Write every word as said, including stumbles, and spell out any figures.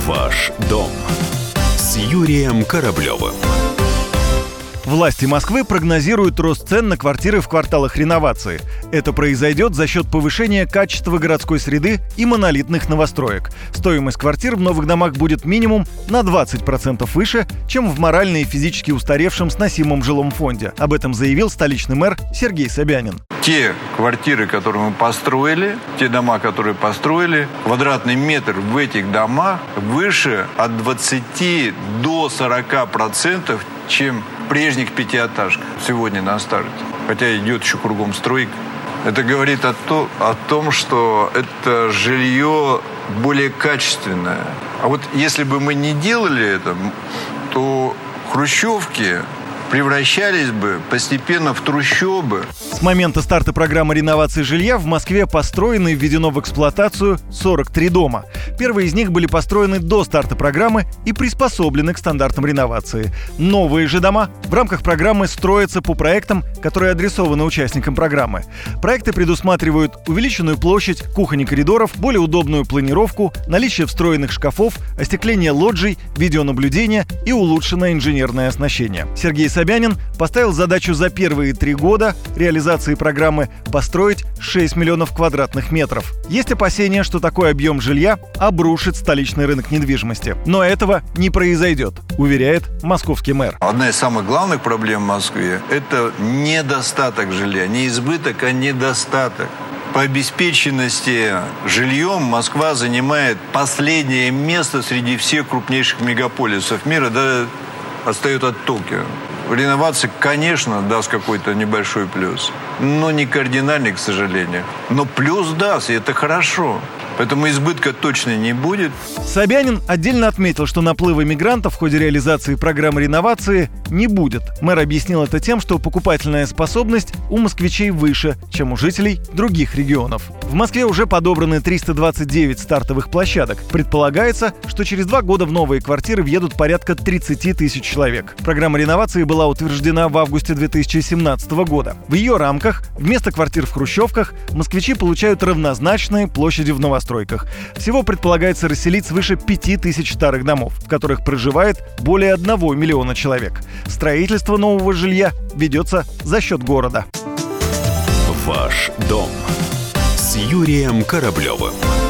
Ваш дом с Юрием Кораблевым. Власти Москвы прогнозируют рост цен на квартиры в кварталах реновации. Это произойдет за счет повышения качества городской среды и монолитных новостроек. Стоимость квартир в новых домах будет минимум на двадцать процентов выше, чем в морально и физически устаревшем сносимом жилом фонде. Об этом заявил столичный мэр Сергей Собянин. Те квартиры, которые мы построили, те дома, которые построили, квадратный метр в этих домах выше от двадцати до сорока процентов, чем в прежних пятиэтажках сегодня на старте. Хотя идет еще кругом стройка. Это говорит о, то, о том, что это жилье более качественное. А вот если бы мы не делали это, то хрущевки превращались бы постепенно в трущобы. С момента старта программы реновации жилья в Москве построено и введено в эксплуатацию сорок три дома. Первые из них были построены до старта программы и приспособлены к стандартам реновации. Новые же дома в рамках программы строятся по проектам, которые адресованы участникам программы. Проекты предусматривают увеличенную площадь кухонь и коридоров, более удобную планировку, наличие встроенных шкафов, остекление лоджий, видеонаблюдение и улучшенное инженерное оснащение. Сергей Собянин поставил задачу за первые три года реализации программы построить шесть миллионов квадратных метров. Есть опасения, что такой объем жилья обрушит столичный рынок недвижимости. Но этого не произойдет, уверяет московский мэр. Одна из самых главных проблем в Москве – это недостаток жилья. Не избыток, а недостаток. По обеспеченности жильем Москва занимает последнее место среди всех крупнейших мегаполисов мира, да отстает от Токио. Реновация, конечно, даст какой-то небольшой плюс, но не кардинальный, к сожалению. Но плюс даст, и это хорошо. Поэтому избытка точно не будет. Собянин отдельно отметил, что наплыва мигрантов в ходе реализации программы реновации не будет. Мэр объяснил это тем, что покупательная способность у москвичей выше, чем у жителей других регионов. В Москве уже подобраны триста двадцать девять стартовых площадок. Предполагается, что через два года в новые квартиры въедут порядка тридцать тысяч человек. Программа реновации была утверждена в августе две тысячи семнадцатого года. В ее рамках вместо квартир в хрущевках москвичи получают равнозначные площади в новостройках. Всего предполагается расселить свыше пяти тысяч старых домов, в которых проживает более одного миллиона человек. Строительство нового жилья ведется за счет города. Ваш дом с Юрием Кораблевым.